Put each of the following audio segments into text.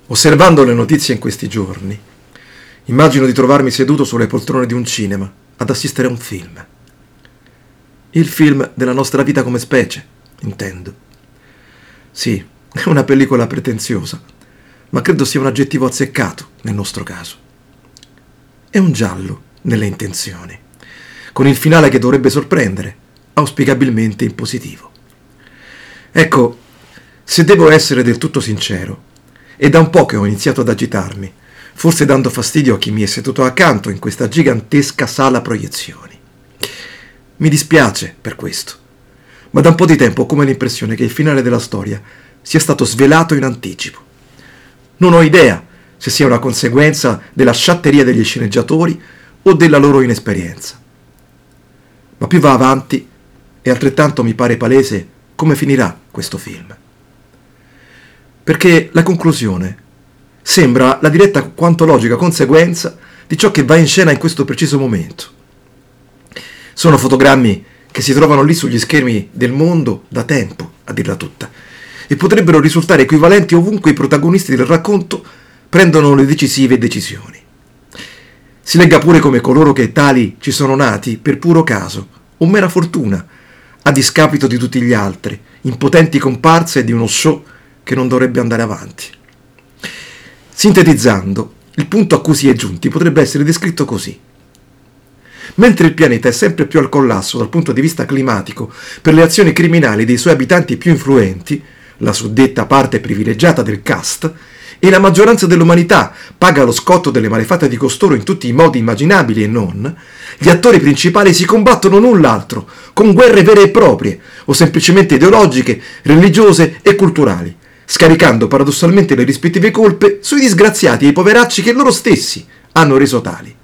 Osservando le notizie in questi giorni, immagino di trovarmi seduto sulle poltrone di un cinema ad assistere a un film. Il film della nostra vita come specie, intendo. Sì, è una pellicola pretenziosa, ma credo sia un aggettivo azzeccato nel nostro caso. È un giallo nelle intenzioni, con il finale che dovrebbe sorprendere, auspicabilmente in positivo. Ecco, se devo essere del tutto sincero, è da un po' che ho iniziato ad agitarmi, forse dando fastidio a chi mi è seduto accanto in questa gigantesca sala proiezioni. Mi dispiace per questo, ma da un po' di tempo ho come l'impressione che il finale della storia sia stato svelato in anticipo. Non ho idea se sia una conseguenza della sciatteria degli sceneggiatori o della loro inesperienza. Ma più va avanti e altrettanto mi pare palese come finirà questo film. Perché la conclusione sembra la diretta quanto logica conseguenza di ciò che va in scena in questo preciso momento. Sono fotogrammi che si trovano lì sugli schermi del mondo da tempo, a dirla tutta, e potrebbero risultare equivalenti ovunque i protagonisti del racconto prendono le decisive decisioni. Si legga pure come coloro che tali ci sono nati per puro caso o mera fortuna, a discapito di tutti gli altri, impotenti comparse di uno show che non dovrebbe andare avanti. Sintetizzando, il punto a cui si è giunti potrebbe essere descritto così. Mentre il pianeta è sempre più al collasso dal punto di vista climatico per le azioni criminali dei suoi abitanti più influenti, la suddetta parte privilegiata del cast, e la maggioranza dell'umanità paga lo scotto delle malefatte di costoro in tutti i modi immaginabili e non, gli attori principali si combattono null'altro, con guerre vere e proprie, o semplicemente ideologiche, religiose e culturali, scaricando paradossalmente le rispettive colpe sui disgraziati e i poveracci che loro stessi hanno reso tali.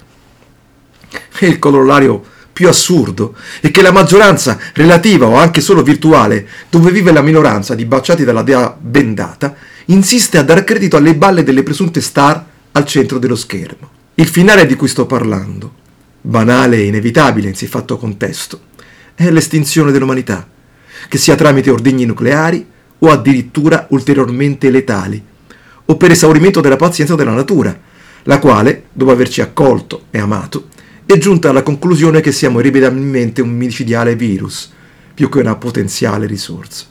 E il corollario più assurdo è che la maggioranza relativa o anche solo virtuale, dove vive la minoranza di baciati dalla dea bendata, insiste a dar credito alle balle delle presunte star al centro dello schermo. Il finale di cui sto parlando, banale e inevitabile in siffatto contesto, è l'estinzione dell'umanità, che sia tramite ordigni nucleari o addirittura ulteriormente letali, o per esaurimento della pazienza della natura, la quale, dopo averci accolto e amato, è giunta alla conclusione che siamo irrimediabilmente un micidiale virus, più che una potenziale risorsa.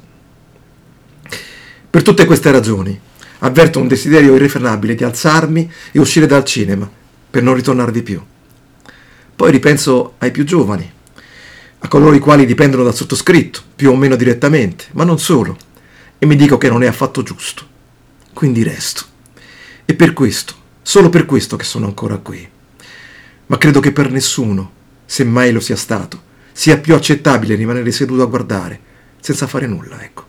Per tutte queste ragioni, avverto un desiderio irrefrenabile di alzarmi e uscire dal cinema, per non ritornarvi più. Poi ripenso ai più giovani, a coloro i quali dipendono dal sottoscritto, più o meno direttamente, ma non solo, e mi dico che non è affatto giusto. Quindi resto. E per questo, solo per questo che sono ancora qui. Ma credo che per nessuno, se mai lo sia stato, sia più accettabile rimanere seduto a guardare, senza fare nulla, ecco.